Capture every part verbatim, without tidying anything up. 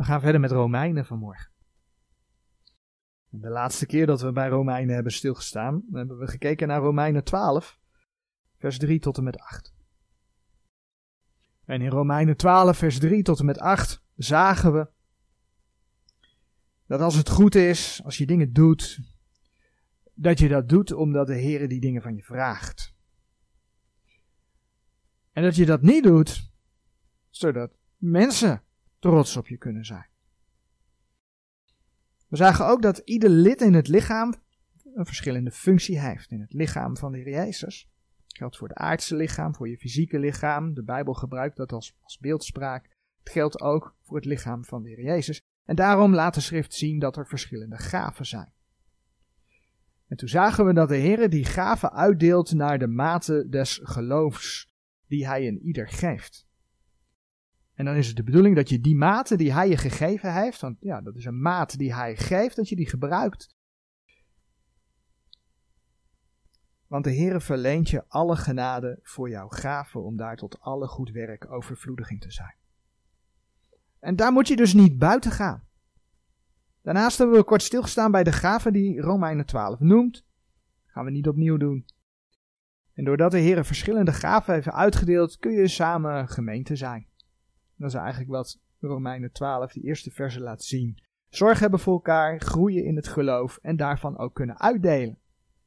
We gaan verder met Romeinen vanmorgen. De laatste keer dat we bij Romeinen hebben stilgestaan, hebben we gekeken naar Romeinen twaalf, vers drie tot en met acht. En in Romeinen twaalf, vers drie tot en met acht zagen we dat als het goed is, als je dingen doet, dat je dat doet omdat de Heer die dingen van je vraagt. En dat je dat niet doet, zodat mensen trots op je kunnen zijn. We zagen ook dat ieder lid in het lichaam een verschillende functie heeft. In het lichaam van de Heer Jezus. Dat geldt voor het aardse lichaam, voor je fysieke lichaam. De Bijbel gebruikt dat als, als beeldspraak. Het geldt ook voor het lichaam van de Heer Jezus. En daarom laat de schrift zien dat er verschillende gaven zijn. En toen zagen we dat de Heer die gaven uitdeelt naar de mate des geloofs die hij in ieder geeft. En dan is het de bedoeling dat je die mate die hij je gegeven heeft, want ja, dat is een maat die hij geeft, dat je die gebruikt. Want de Heere verleent je alle genade voor jouw gaven om daar tot alle goed werk overvloedig in te zijn. En daar moet je dus niet buiten gaan. Daarnaast hebben we kort stilgestaan bij de gaven die Romeinen twaalf noemt. Dat gaan we niet opnieuw doen. En doordat de Heere verschillende gaven heeft uitgedeeld, kun je samen gemeente zijn. Dat is eigenlijk wat Romeinen twaalf, die eerste verse, laat zien. Zorg hebben voor elkaar, groeien in het geloof en daarvan ook kunnen uitdelen.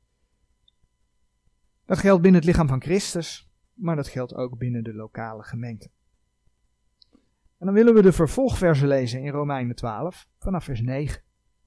Dat geldt binnen het lichaam van Christus, maar dat geldt ook binnen de lokale gemeente. En dan willen we de vervolgversen lezen in Romeinen twaalf, vanaf vers negen.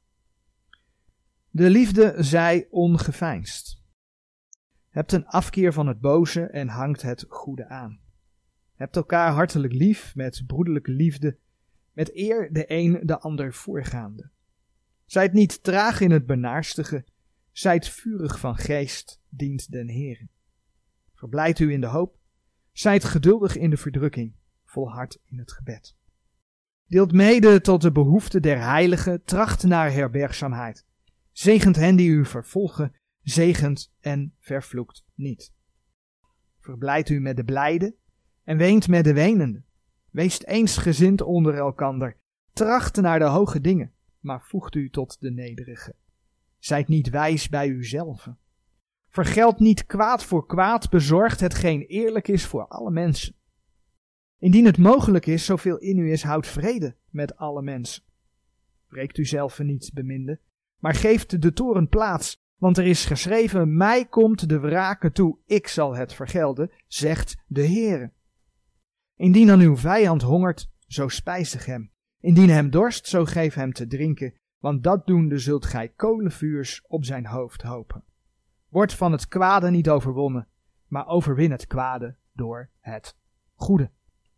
De liefde zij ongeveinsd. Hebt een afkeer van het boze en hangt het goede aan. Hebt elkaar hartelijk lief met broederlijke liefde, met eer de een de ander voorgaande. Zijt niet traag in het benaarstige, zijt vurig van geest, dient den Heere. Verblijdt u in de hoop, zijt geduldig in de verdrukking, volhard in het gebed. Deelt mede tot de behoeften der heiligen, tracht naar herbergzaamheid. Zegent hen die u vervolgen, zegent en vervloekt niet. Verblijdt u met de blijden en weent met de wenenden. Weest eensgezind onder elkander, tracht naar de hoge dingen, maar voegt u tot de nederige. Zijt niet wijs bij uzelven. Vergeld niet kwaad voor kwaad, bezorgt hetgeen eerlijk is voor alle mensen. Indien het mogelijk is, zoveel in u is, houdt vrede met alle mensen. Breekt u zelf niet, beminde, maar geeft de toorn plaats, want er is geschreven, mij komt de wrake toe, ik zal het vergelden, zegt de Heere. Indien aan uw vijand hongert, zo spijzig hem. Indien hem dorst, zo geef hem te drinken, want dat doende zult gij kolenvuurs op zijn hoofd hopen. Word van het kwade niet overwonnen, maar overwin het kwade door het goede.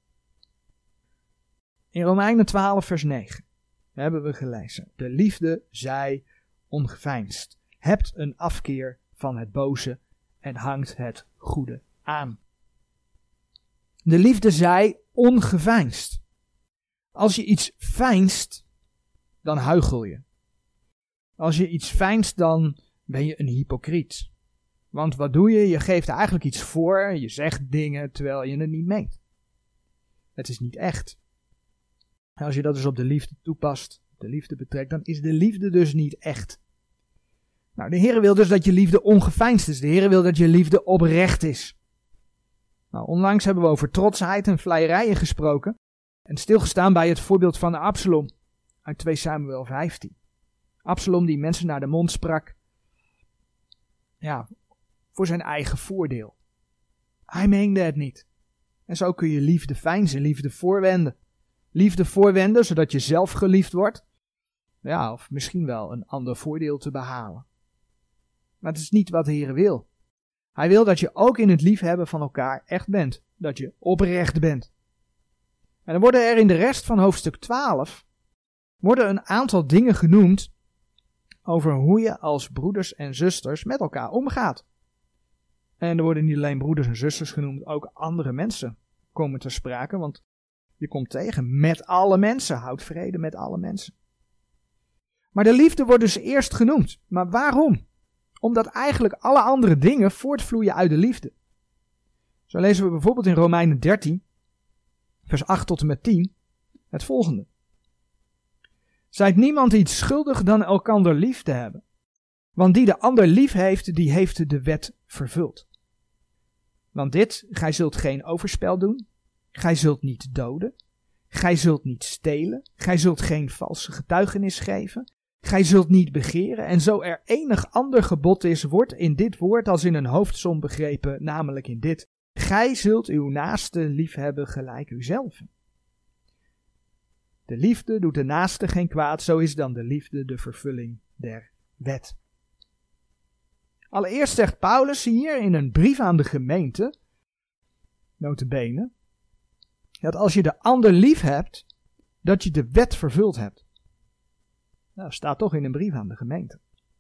In Romeinen twaalf vers negen hebben we gelezen. De liefde zij ongeveinsd. Hebt een afkeer van het boze en hangt het goede aan. De liefde zij ongeveinsd. Als je iets veinst, dan huichel je. Als je iets veinst, dan ben je een hypocriet. Want wat doe je? Je geeft eigenlijk iets voor, je zegt dingen terwijl je het niet meent. Het is niet echt. Als je dat dus op de liefde toepast, de liefde betrekt, dan is de liefde dus niet echt. Nou, de Heere wil dus dat je liefde ongeveinsd is. De Heere wil dat je liefde oprecht is. Nou, onlangs hebben we over trotsheid en vleierijen gesproken en stilgestaan bij het voorbeeld van Absalom uit twee Samuel vijftien. Absalom die mensen naar de mond sprak, ja, voor zijn eigen voordeel. Hij meende het niet. En zo kun je liefde veinzen, liefde voorwenden. Liefde voorwenden, zodat je zelf geliefd wordt. Ja, of misschien wel een ander voordeel te behalen. Maar het is niet wat de Heere wil. Hij wil dat je ook in het liefhebben van elkaar echt bent. Dat je oprecht bent. En dan worden er in de rest van hoofdstuk twaalf worden een aantal dingen genoemd over hoe je als broeders en zusters met elkaar omgaat. En er worden niet alleen broeders en zusters genoemd, ook andere mensen komen ter sprake, want je komt tegen met alle mensen, houd vrede met alle mensen. Maar de liefde wordt dus eerst genoemd. Maar waarom? Omdat eigenlijk alle andere dingen voortvloeien uit de liefde. Zo lezen we bijvoorbeeld in Romeinen dertien, vers acht tot en met tien, het volgende. Zijt niemand iets schuldig dan elkander lief te hebben. Want die de ander lief heeft, die heeft de wet vervuld. Want dit, gij zult geen overspel doen, gij zult niet doden, gij zult niet stelen, gij zult geen valse getuigenis geven, gij zult niet begeren, en zo er enig ander gebod is, wordt in dit woord als in een hoofdsom begrepen, namelijk in dit: gij zult uw naaste liefhebben gelijk uzelf. De liefde doet de naaste geen kwaad, zo is dan de liefde de vervulling der wet. Allereerst zegt Paulus hier in een brief aan de gemeente, nota bene, dat als je de ander lief hebt, dat je de wet vervuld hebt. Nou, dat staat toch in een brief aan de gemeente.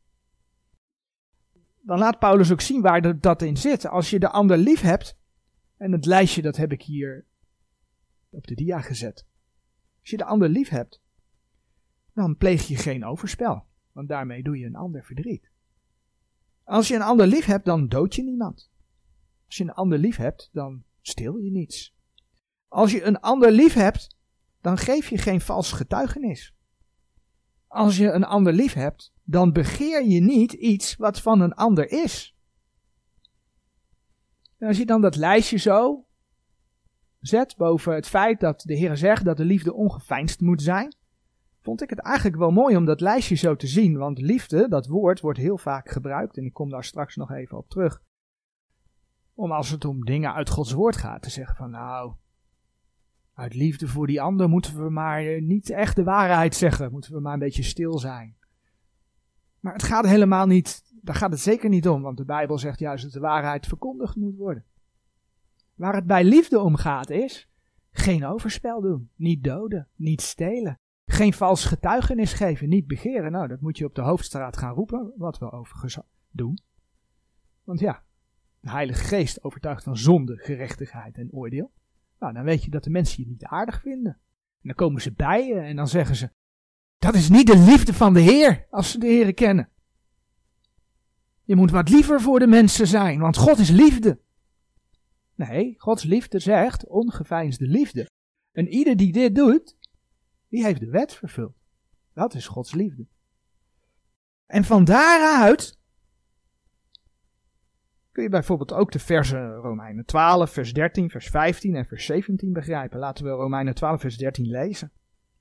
Dan laat Paulus ook zien waar dat in zit. Als je de ander lief hebt, en het lijstje dat heb ik hier op de dia gezet. Als je de ander lief hebt, dan pleeg je geen overspel, want daarmee doe je een ander verdriet. Als je een ander lief hebt, dan dood je niemand. Als je een ander lief hebt, dan steel je niets. Als je een ander lief hebt, dan geef je geen vals getuigenis. Als je een ander lief hebt, dan begeer je niet iets wat van een ander is. En als je dan dat lijstje zo zet boven het feit dat de Heer zegt dat de liefde ongeveinsd moet zijn, vond ik het eigenlijk wel mooi om dat lijstje zo te zien, want liefde, dat woord, wordt heel vaak gebruikt, en ik kom daar straks nog even op terug, om als het om dingen uit Gods woord gaat, te zeggen van nou, uit liefde voor die ander moeten we maar niet echt de waarheid zeggen, moeten we maar een beetje stil zijn. Maar het gaat helemaal niet, daar gaat het zeker niet om, want de Bijbel zegt juist dat de waarheid verkondigd moet worden. Waar het bij liefde om gaat is, geen overspel doen, niet doden, niet stelen. Geen vals getuigenis geven, niet begeren. Nou, dat moet je op de Hoofdstraat gaan roepen, wat we overigens doen. Want ja, de Heilige Geest overtuigt van zonde, gerechtigheid en oordeel. Nou, dan weet je dat de mensen je niet aardig vinden. En dan komen ze bij je en dan zeggen ze, dat is niet de liefde van de Heer, als ze de Heer kennen. Je moet wat liever voor de mensen zijn, want God is liefde. Nee, Gods liefde zegt, ongeveinsde liefde. En ieder die dit doet, die heeft de wet vervuld. Dat is Gods liefde. En van daaruit kun je bijvoorbeeld ook de versen Romeinen twaalf, vers dertien, vers vijftien en vers zeventien begrijpen. Laten we Romeinen twaalf, vers dertien lezen.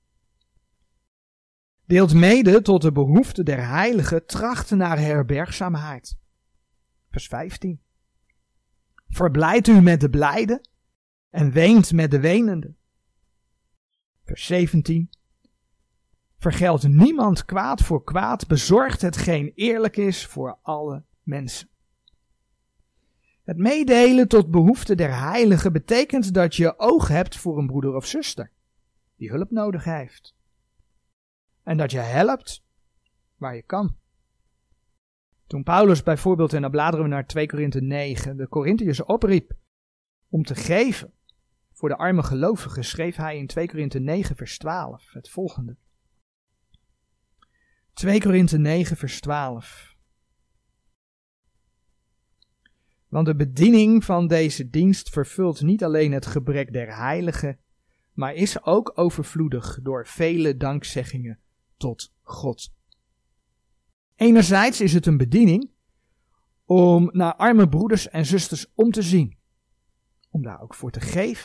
Deelt mede tot de behoefte der heiligen, tracht naar herbergzaamheid. Vers vijftien. Verblijdt u met de blijden en weent met de wenenden. Vers zeventien. Vergeld niemand kwaad voor kwaad, bezorgt hetgeen eerlijk is voor alle mensen. Het meedelen tot behoeften der heiligen betekent dat je oog hebt voor een broeder of zuster die hulp nodig heeft. En dat je helpt waar je kan. Toen Paulus bijvoorbeeld, en dan bladeren we naar twee Korinthe negen, de Korintiërs opriep om te geven voor de arme gelovigen, schreef hij in twee Korinthe negen vers twaalf het volgende. twee Korinthe negen vers twaalf. Want de bediening van deze dienst vervult niet alleen het gebrek der heiligen, maar is ook overvloedig door vele dankzeggingen tot God. Enerzijds is het een bediening om naar arme broeders en zusters om te zien, om daar ook voor te geven.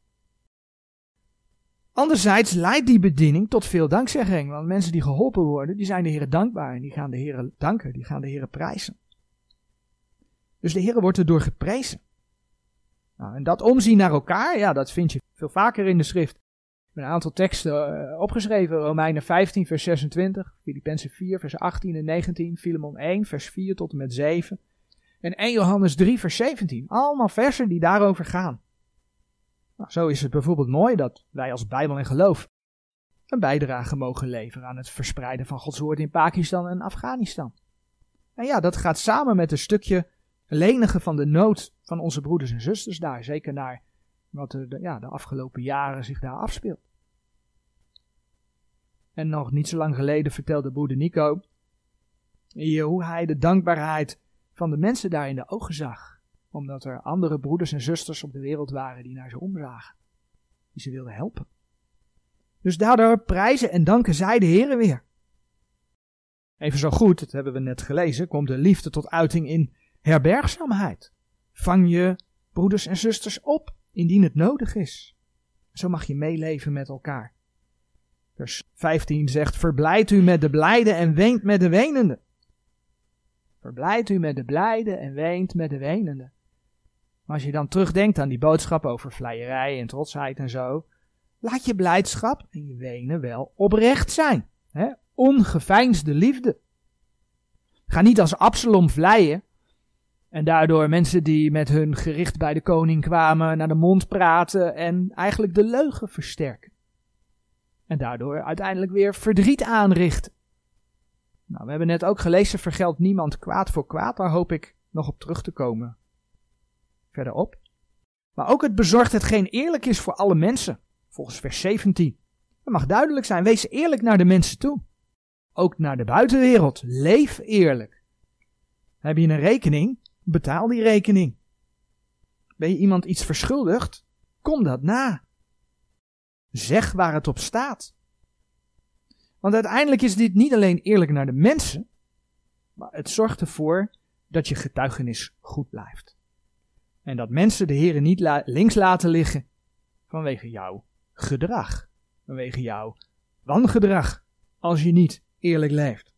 Anderzijds leidt die bediening tot veel dankzegging, want mensen die geholpen worden, die zijn de Heere dankbaar en die gaan de Heere danken, die gaan de Heere prijzen. Dus de Heere wordt erdoor geprezen. Nou, en dat omzien naar elkaar, ja, dat vind je veel vaker in de schrift. Ik heb een aantal teksten uh, opgeschreven, Romeinen vijftien vers zesentwintig, Filippenzen vier vers achttien en negentien, Filemon één vers vier tot en met zeven en eerste Johannes drie vers zeventien. Allemaal versen die daarover gaan. Nou, zo is het bijvoorbeeld mooi dat wij als Bijbel en Geloof een bijdrage mogen leveren aan het verspreiden van Gods woord in Pakistan en Afghanistan. En ja, dat gaat samen met een stukje lenigen van de nood van onze broeders en zusters daar, zeker naar wat er de, ja, de afgelopen jaren zich daar afspeelt. En nog niet zo lang geleden vertelde broeder Nico hier hoe hij de dankbaarheid van de mensen daar in de ogen zag, omdat er andere broeders en zusters op de wereld waren die naar ze omzagen, die ze wilden helpen. Dus daardoor prijzen en danken zij de Heere weer. Even zo goed, dat hebben we net gelezen, komt de liefde tot uiting in herbergzaamheid. Vang je broeders en zusters op, indien het nodig is. Zo mag je meeleven met elkaar. Vers vijftien zegt, verblijd u met de blijden en weent met de wenenden. Verblijd u met de blijden en weent met de wenenden. Maar als je dan terugdenkt aan die boodschap over vleierij en trotsheid en zo, laat je blijdschap en je wenen wel oprecht zijn. Hè? Ongeveinsde liefde. Ga niet als Absalom vleien en daardoor mensen die met hun gericht bij de koning kwamen naar de mond praten en eigenlijk de leugen versterken. En daardoor uiteindelijk weer verdriet aanrichten. Nou, we hebben net ook gelezen, vergeldt niemand kwaad voor kwaad, daar hoop ik nog op terug te komen. Verderop. Maar ook het bezorgt hetgeen eerlijk is voor alle mensen, volgens vers zeventien. Het mag duidelijk zijn, wees eerlijk naar de mensen toe. Ook naar de buitenwereld, leef eerlijk. Heb je een rekening? Betaal die rekening. Ben je iemand iets verschuldigd? Kom dat na. Zeg waar het op staat. Want uiteindelijk is dit niet alleen eerlijk naar de mensen, maar het zorgt ervoor dat je getuigenis goed blijft. En dat mensen de Heere niet la- links laten liggen vanwege jouw gedrag, vanwege jouw wangedrag, als je niet eerlijk leeft.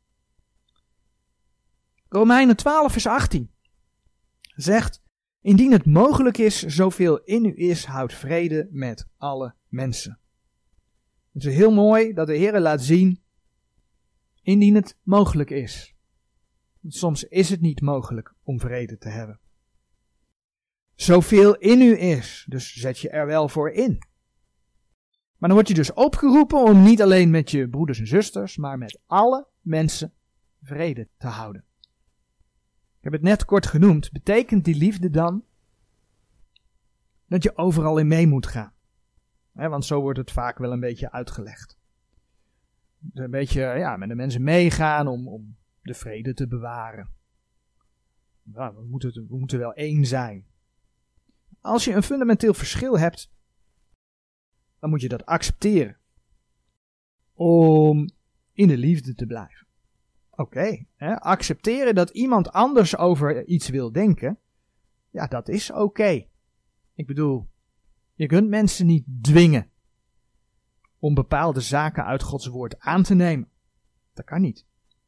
Romeinen twaalf vers achttien zegt, indien het mogelijk is, zoveel in u is, houd vrede met alle mensen. Het is heel mooi dat de Heere laat zien, indien het mogelijk is. Soms is het niet mogelijk om vrede te hebben. Zoveel in u is, dus zet je er wel voor in. Maar dan word je dus opgeroepen om niet alleen met je broeders en zusters, maar met alle mensen vrede te houden. Ik heb het net kort genoemd. Betekent die liefde dan dat je overal in mee moet gaan? He, want zo wordt het vaak wel een beetje uitgelegd. Dus een beetje ja, met de mensen meegaan om, om de vrede te bewaren. Nou, we, moeten, we moeten wel één zijn. Als je een fundamenteel verschil hebt, dan moet je dat accepteren. Om in de liefde te blijven. Oké, okay, accepteren dat iemand anders over iets wil denken, ja, dat is oké. Okay. Ik bedoel, je kunt mensen niet dwingen om bepaalde zaken uit Gods woord aan te nemen. Dat kan niet.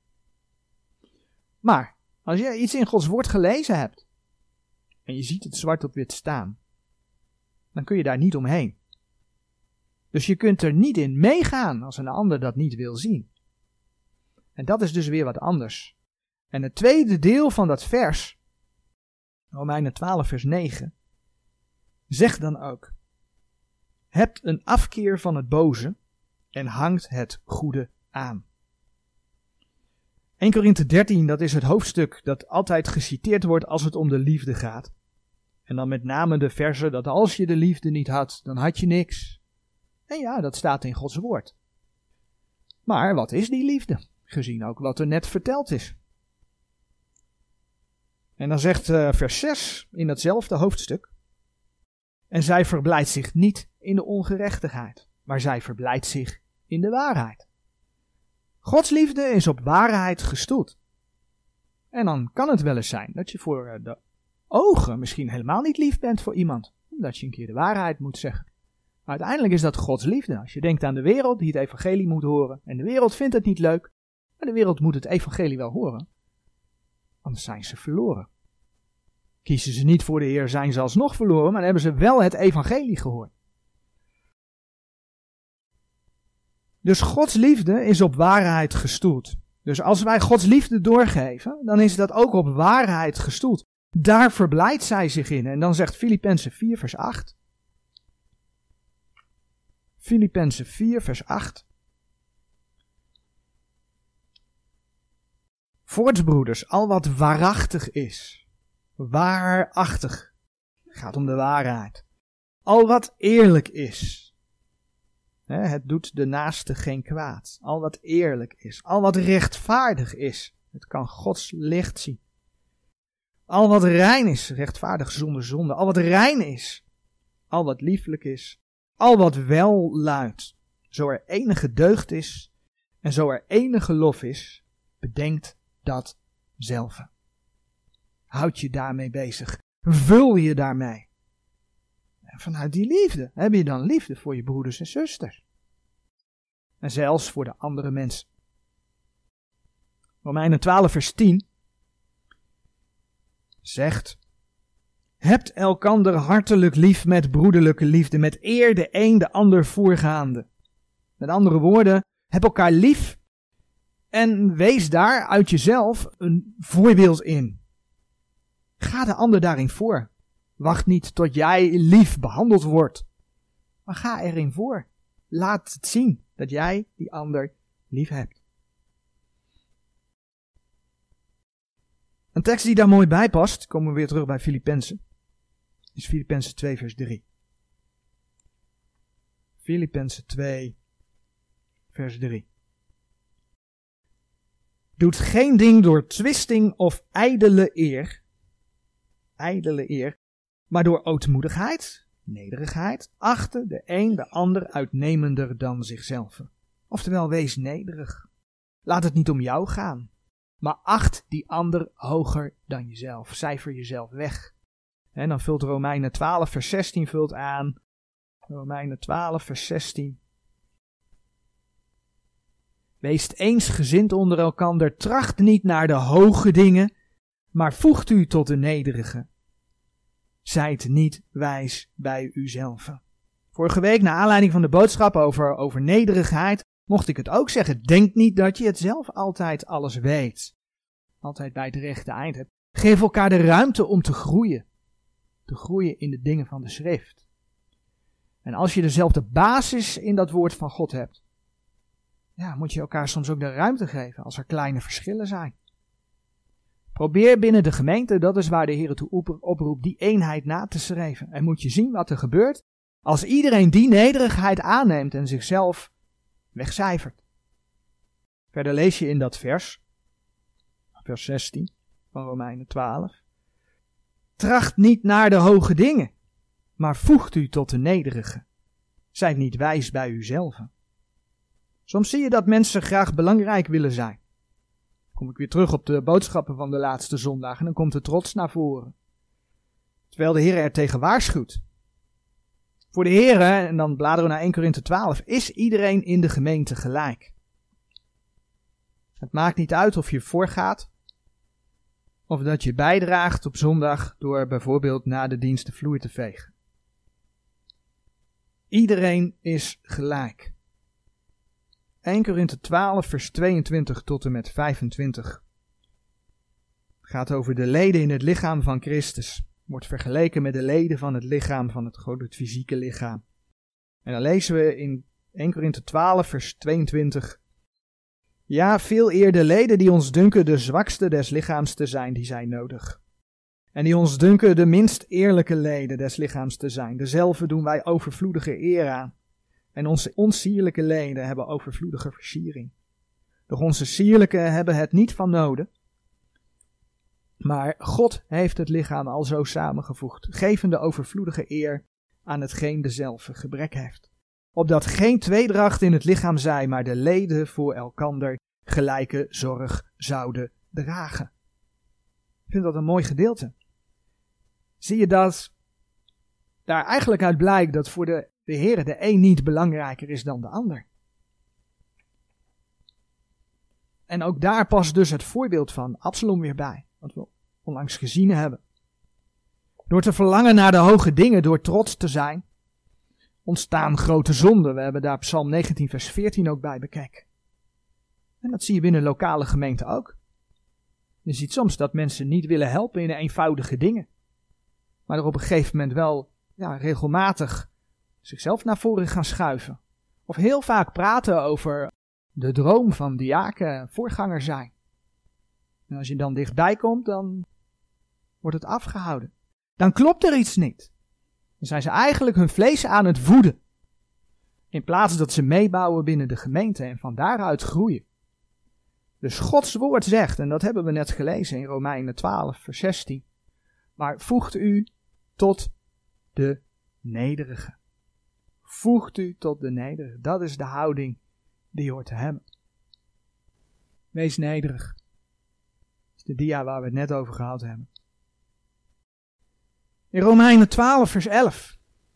Maar, als je iets in Gods woord gelezen hebt, en je ziet het zwart op wit staan, dan kun je daar niet omheen. Dus je kunt er niet in meegaan als een ander dat niet wil zien. En dat is dus weer wat anders. En het tweede deel van dat vers, Romeinen twaalf vers negen, zegt dan ook, hebt een afkeer van het boze en hangt het goede aan. Eerste Korinthe dertien, dat is het hoofdstuk dat altijd geciteerd wordt als het om de liefde gaat. En dan met name de verse dat als je de liefde niet had, dan had je niks. En ja, dat staat in Gods woord. Maar wat is die liefde? Gezien ook wat er net verteld is. En dan zegt uh, vers zes in datzelfde hoofdstuk. En zij verblijdt zich niet in de ongerechtigheid, maar zij verblijdt zich in de waarheid. Gods liefde is op waarheid gestoeld. En dan kan het wel eens zijn dat je voor de ogen misschien helemaal niet lief bent voor iemand, omdat je een keer de waarheid moet zeggen. Maar uiteindelijk is dat Gods liefde. Als je denkt aan de wereld die het evangelie moet horen, en de wereld vindt het niet leuk, maar de wereld moet het evangelie wel horen, anders zijn ze verloren. Kiezen ze niet voor de Heer, zijn ze alsnog verloren, maar dan hebben ze wel het evangelie gehoord. Dus Gods liefde is op waarheid gestoeld. Dus als wij Gods liefde doorgeven, dan is dat ook op waarheid gestoeld. Daar verblijdt zij zich in. En dan zegt Filippenzen vier vers acht. Filippenzen vier vers acht. Voorts broeders, al wat waarachtig is, waarachtig, gaat om de waarheid. Al wat eerlijk is, hè, het doet de naaste geen kwaad. Al wat eerlijk is, al wat rechtvaardig is, het kan Gods licht zien. Al wat rein is, rechtvaardig zonder zonde, al wat rein is, al wat lieflijk is, al wat wel luidt, Zo er enige deugd is en zo er enige lof is, bedenkt dat zelf. Houd je daarmee bezig. Vul je daarmee. En vanuit die liefde heb je dan liefde voor je broeders en zusters. En zelfs voor de andere mensen. Romeinen twaalf vers tien zegt: hebt elkander hartelijk lief met broederlijke liefde, met eer de een de ander voorgaande. Met andere woorden, heb elkaar lief en wees daar uit jezelf een voorbeeld in. Ga de ander daarin voor. Wacht niet tot jij lief behandeld wordt, maar ga erin voor. Laat het zien dat jij die ander lief hebt. Een tekst die daar mooi bij past, komen we weer terug bij Filippenzen, is Filippenzen twee vers drie. Filippenzen twee vers drie. Doet geen ding door twisting of ijdele eer, ijdele eer, maar door ootmoedigheid, nederigheid, achten de een de ander uitnemender dan zichzelf. Oftewel, wees nederig. Laat het niet om jou gaan, maar acht die ander hoger dan jezelf. Cijfer jezelf weg. En dan vult Romeinen twaalf vers zestien vult aan. Romeinen twaalf vers zestien. Wees eensgezind onder elkander, tracht niet naar de hoge dingen, maar voegt u tot de nederige. Zijt niet wijs bij uzelf. Vorige week, naar aanleiding van de boodschap over, over nederigheid, mocht ik het ook zeggen. Denk niet dat je het zelf altijd alles weet. Altijd bij het rechte eind hebt. Geef elkaar de ruimte om te groeien. Te groeien in de dingen van de schrift. En als je dezelfde basis in dat woord van God hebt, ja, moet je elkaar soms ook de ruimte geven als er kleine verschillen zijn. Probeer binnen de gemeente, dat is waar de Heer toe oproept, die eenheid na te streven. En moet je zien wat er gebeurt als iedereen die nederigheid aanneemt en zichzelf wegcijfert. Verder lees je in dat vers, vers zestien van Romeinen twaalf. Tracht niet naar de hoge dingen, maar voegt u tot de nederige. Zijt niet wijs bij uzelf. Soms zie je dat mensen graag belangrijk willen zijn. Kom ik weer terug op de boodschappen van de laatste zondag en dan komt de trots naar voren. Terwijl de Heer er tegen waarschuwt. Voor de Heer, en dan bladeren we naar Eerste Korinthe twaalf, is iedereen in de gemeente gelijk. Het maakt niet uit of je voorgaat, of dat je bijdraagt op zondag door bijvoorbeeld na de dienst de vloer te vegen. Iedereen is gelijk. Eerste Korinthe twaalf vers tweeëntwintig tot en met vijfentwintig. Het gaat over de leden in het lichaam van Christus. Wordt vergeleken met de leden van het lichaam van het, het fysieke lichaam. En dan lezen we in Eerste Korinthe twaalf vers tweeëntwintig. Ja, veel eer de leden die ons dunken de zwakste des lichaams te zijn, die zijn nodig. En die ons dunken de minst eerlijke leden des lichaams te zijn. Dezelfde doen wij overvloedige eer aan. En onze onsierlijke leden hebben overvloedige versiering. Doch onze sierlijke hebben het niet van noden. Maar God heeft het lichaam al zo samengevoegd, gevende overvloedige eer aan hetgeen dezelfde gebrek heeft. Opdat geen tweedracht in het lichaam zij, maar de leden voor elkander gelijke zorg zouden dragen. Ik vind dat een mooi gedeelte. Zie je dat daar eigenlijk uit blijkt dat voor de, de Heer de een niet belangrijker is dan de ander. En ook daar past dus het voorbeeld van Absalom weer bij, wat we onlangs gezien hebben. Door te verlangen naar de hoge dingen, door trots te zijn, ontstaan grote zonden. We hebben daar Psalm negentien vers veertien ook bij bekeken. En dat zie je binnen lokale gemeenten ook. Je ziet soms dat mensen niet willen helpen in eenvoudige dingen. Maar er op een gegeven moment wel ja, regelmatig zichzelf naar voren gaan schuiven. Of heel vaak praten over de droom van diaken, voorganger zijn. En als je dan dichtbij komt, dan wordt het afgehouden. Dan klopt er iets niet. Dan zijn ze eigenlijk hun vlees aan het voeden. In plaats dat ze meebouwen binnen de gemeente en van daaruit groeien. Dus Gods woord zegt, en dat hebben we net gelezen in Romeinen twaalf vers zestien. Maar voegt u tot de nederige. Voegt u tot de nederige. Dat is de houding die je hoort te hebben. Wees nederig. Dat is de dia waar we het net over gehad hebben. In Romeinen twaalf vers elf.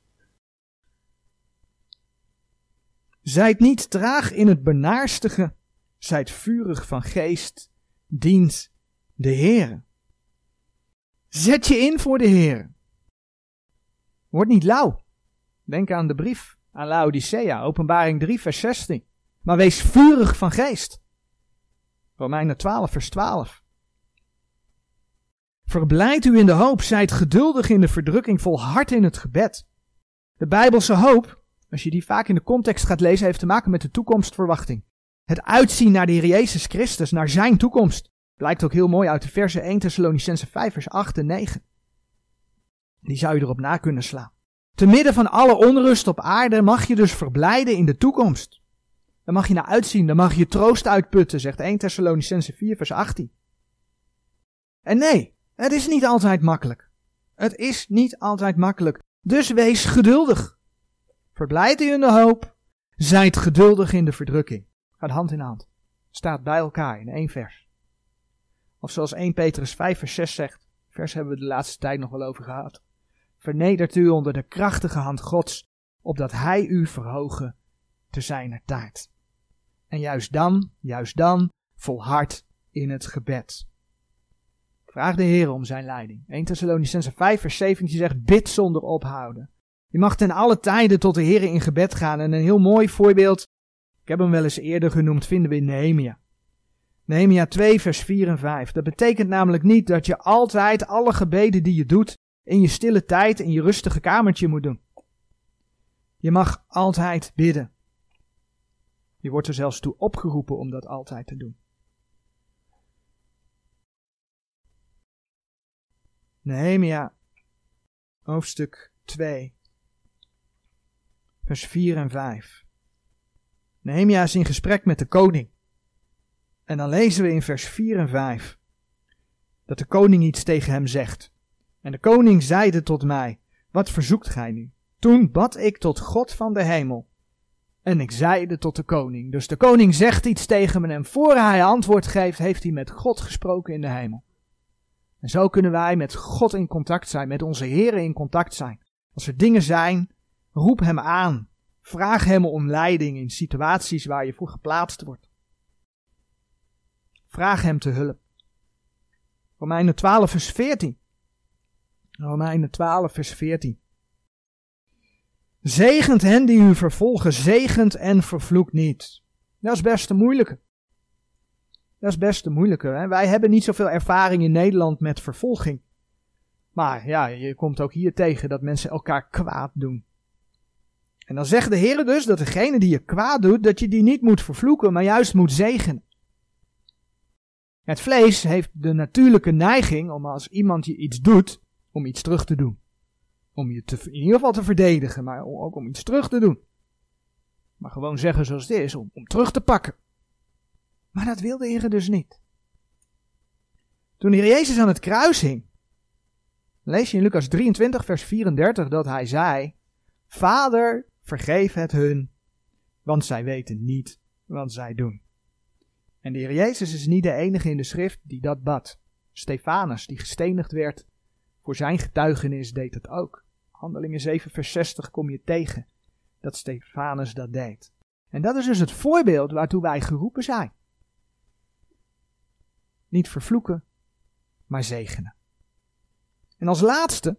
Zijt niet traag in het benaarstige, zijt vurig van geest, dient de Heere. Zet je in voor de Heere. Word niet lauw. Denk aan de brief aan Laodicea, Openbaring drie vers zestien. Maar wees vurig van geest. Romeinen twaalf vers twaalf. Verblijd u in de hoop, zijt geduldig in de verdrukking, volhard in het gebed. De Bijbelse hoop, als je die vaak in de context gaat lezen, heeft te maken met de toekomstverwachting. Het uitzien naar de Heer Jezus Christus, naar zijn toekomst. Blijkt ook heel mooi uit de versen Eerste Thessalonicenzen vijf vers acht en negen. Die zou je erop na kunnen slaan. Te midden van alle onrust op aarde mag je dus verblijden in de toekomst. Daar mag je naar uitzien, daar mag je troost uitputten, zegt Eerste Thessalonicenzen vier vers achttien. En nee, het is niet altijd makkelijk. Het is niet altijd makkelijk. Dus wees geduldig. Verblijd u in de hoop. Zijt geduldig in de verdrukking. Gaat hand in hand. Staat bij elkaar in één vers. Of zoals Eerste Petrus vijf vers zes zegt. Vers hebben we de laatste tijd nog wel over gehad. Vernedert u onder de krachtige hand Gods, opdat hij u verhogen te zijner tijd. En juist dan, juist dan, volhard in het gebed. Vraag de Heer om zijn leiding. Eerste Thessalonicenzen vijf vers zeventien zegt, bid zonder ophouden. Je mag ten alle tijden tot de Heer in gebed gaan. En een heel mooi voorbeeld, ik heb hem wel eens eerder genoemd, vinden we in Nehemia. Nehemia twee vers vier en vijf. Dat betekent namelijk niet dat je altijd alle gebeden die je doet in je stille tijd, in je rustige kamertje moet doen. Je mag altijd bidden. Je wordt er zelfs toe opgeroepen om dat altijd te doen. Nehemia, hoofdstuk twee, vers vier en vijf. Nehemia is in gesprek met de koning. En dan lezen we in vers vier en vijf dat de koning iets tegen hem zegt. En de koning zeide tot mij, wat verzoekt gij nu? Toen bad ik tot God van de hemel. En ik zeide tot de koning. Dus de koning zegt iets tegen me en voor hij antwoord geeft, heeft hij met God gesproken in de hemel. En zo kunnen wij met God in contact zijn, met onze Heere in contact zijn. Als er dingen zijn, roep hem aan. Vraag hem om leiding in situaties waar je voor geplaatst wordt. Vraag hem te hulp. Romeinen twaalf vers veertien. Romeinen twaalf vers veertien. Zegent hen die u vervolgen, zegent en vervloekt niet. Dat is best een moeilijke. Dat is best een moeilijke. Hè? Wij hebben niet zoveel ervaring in Nederland met vervolging. Maar ja, je komt ook hier tegen dat mensen elkaar kwaad doen. En dan zegt de Heer dus dat degene die je kwaad doet, dat je die niet moet vervloeken, maar juist moet zegenen. Het vlees heeft de natuurlijke neiging om als iemand je iets doet, om iets terug te doen. Om je te, in ieder geval te verdedigen, maar ook om iets terug te doen. Maar gewoon zeggen zoals het is, om, om terug te pakken. Maar dat wil de Heer dus niet. Toen de Heer Jezus aan het kruis hing, lees je in Lucas drieëntwintig vers vierendertig dat hij zei, Vader, vergeef het hun, want zij weten niet wat zij doen. En de Heer Jezus is niet de enige in de schrift die dat bad. Stefanus, die gestenigd werd voor zijn getuigenis, deed het ook. Handelingen zeven vers zestig kom je tegen dat Stefanus dat deed. En dat is dus het voorbeeld waartoe wij geroepen zijn. Niet vervloeken, maar zegenen. En als laatste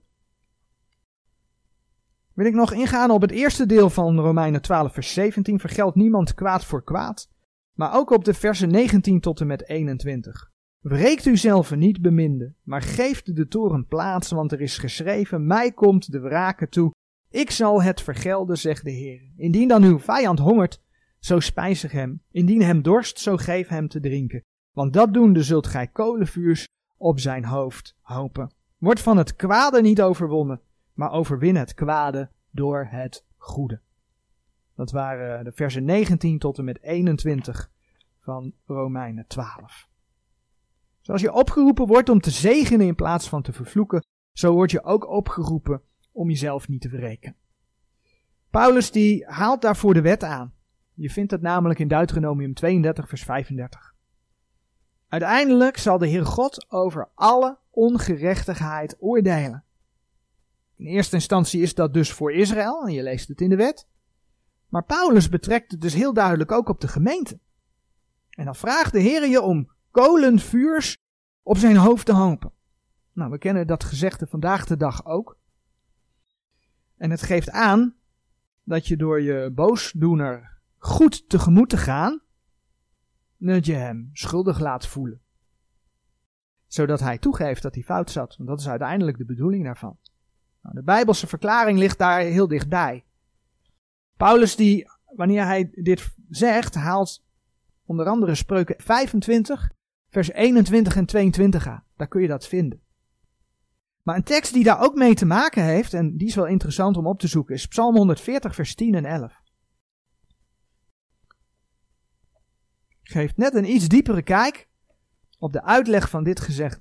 wil ik nog ingaan op het eerste deel van Romeinen twaalf vers zeventien. Vergeld niemand kwaad voor kwaad. Maar ook op de versen negentien tot en met eenentwintig. Wreekt u zelf niet, beminde, maar geeft de toorn plaats, want er is geschreven, mij komt de wrake toe. Ik zal het vergelden, zegt de Heer. Indien dan uw vijand hongert, zo spijzig hem. Indien hem dorst, zo geef hem te drinken. Want dat doende zult gij kolenvuurs op zijn hoofd hopen. Word van het kwade niet overwonnen, maar overwin het kwade door het goede. Dat waren de versen negentien tot en met eenentwintig van Romeinen twaalf. Zoals je opgeroepen wordt om te zegenen in plaats van te vervloeken, zo word je ook opgeroepen om jezelf niet te wreken. Paulus die haalt daarvoor de wet aan. Je vindt het namelijk in Deuteronomium tweeëndertig vers vijfendertig. Uiteindelijk zal de Heer God over alle ongerechtigheid oordelen. In eerste instantie is dat dus voor Israël, en je leest het in de wet. Maar Paulus betrekt het dus heel duidelijk ook op de gemeente. En dan vraagt de Heer je om kolenvuurs op zijn hoofd te hopen. Nou, we kennen dat gezegde vandaag de dag ook. En het geeft aan dat je door je boosdoener goed tegemoet te gaan, dat je hem schuldig laat voelen. Zodat hij toegeeft dat hij fout zat, want dat is uiteindelijk de bedoeling daarvan. Nou, de Bijbelse verklaring ligt daar heel dichtbij. Paulus die, wanneer hij dit zegt, haalt onder andere Spreuken vijfentwintig, vers eenentwintig en tweeëntwintig aan. Daar kun je dat vinden. Maar een tekst die daar ook mee te maken heeft, en die is wel interessant om op te zoeken, is Psalm honderdveertig, vers tien en elf. Geeft net een iets diepere kijk op de uitleg van dit gezegde.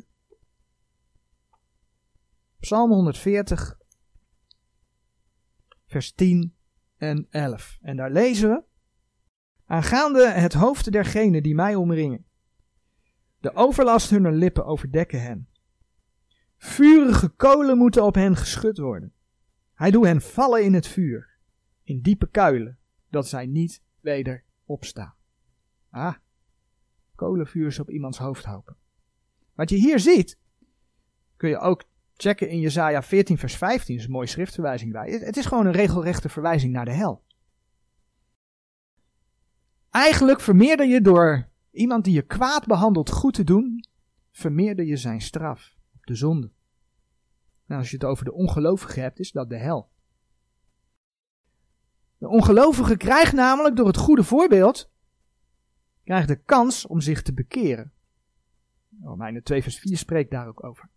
Psalm honderdveertig, vers tien en elf. En daar lezen we: aangaande het hoofd dergenen die mij omringen. De overlast hunner lippen overdekken hen. Vurige kolen moeten op hen geschud worden. Hij doet hen vallen in het vuur, in diepe kuilen, dat zij niet weder opstaan. Ah, kolenvuurs op iemands hoofd hopen. Wat je hier ziet, kun je ook checken in Jesaja veertien vers vijftien, is een mooie schriftverwijzing bij. Het is gewoon een regelrechte verwijzing naar de hel. Eigenlijk vermeerder je door iemand die je kwaad behandelt goed te doen, vermeerder je zijn straf op de zonde. Nou, als je het over de ongelovige hebt, is dat de hel. De ongelovige krijgt namelijk door het goede voorbeeld, krijgt de kans om zich te bekeren. Romeinen twee vers vier spreekt daar ook over.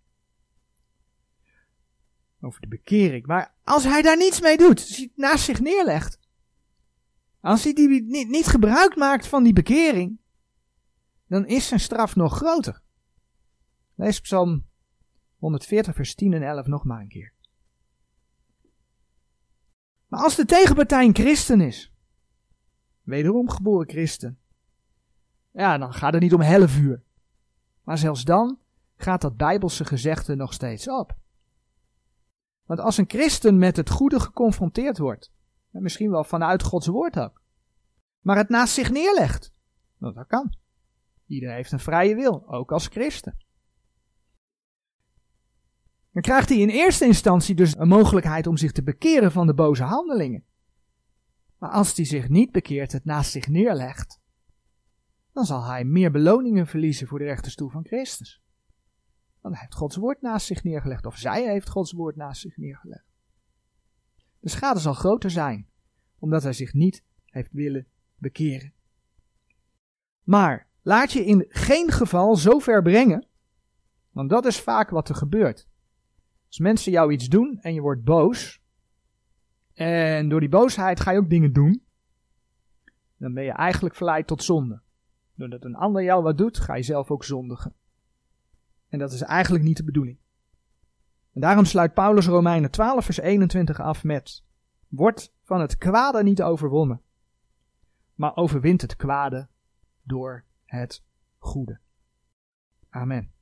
Over de bekering. Maar als hij daar niets mee doet, als hij het naast zich neerlegt, als hij die niet, niet gebruik maakt van die bekering, dan is zijn straf nog groter. Lees Psalm honderdveertig vers tien en elf nog maar een keer. Maar als de tegenpartij een christen is, wederom geboren christen, ja, dan gaat het niet om hellevuur. Maar zelfs dan gaat dat bijbelse gezegde nog steeds op. Want als een christen met het goede geconfronteerd wordt, misschien wel vanuit Gods woord ook, maar het naast zich neerlegt, nou, dat kan. Iedereen heeft een vrije wil, ook als christen. Dan krijgt hij in eerste instantie dus een mogelijkheid om zich te bekeren van de boze handelingen. Maar als hij zich niet bekeert, het naast zich neerlegt, dan zal hij meer beloningen verliezen voor de rechterstoel van Christus. Want hij heeft Gods woord naast zich neergelegd, of zij heeft Gods woord naast zich neergelegd. De schade zal groter zijn, omdat hij zich niet heeft willen bekeren. Maar laat je in geen geval zo ver brengen, want dat is vaak wat er gebeurt. Als mensen jou iets doen en je wordt boos, en door die boosheid ga je ook dingen doen, dan ben je eigenlijk verleid tot zonde. Doordat een ander jou wat doet, ga je zelf ook zondigen. En dat is eigenlijk niet de bedoeling. En daarom sluit Paulus Romeinen twaalf vers eenentwintig af met: wordt van het kwade niet overwonnen, maar overwint het kwade door het goede. Amen.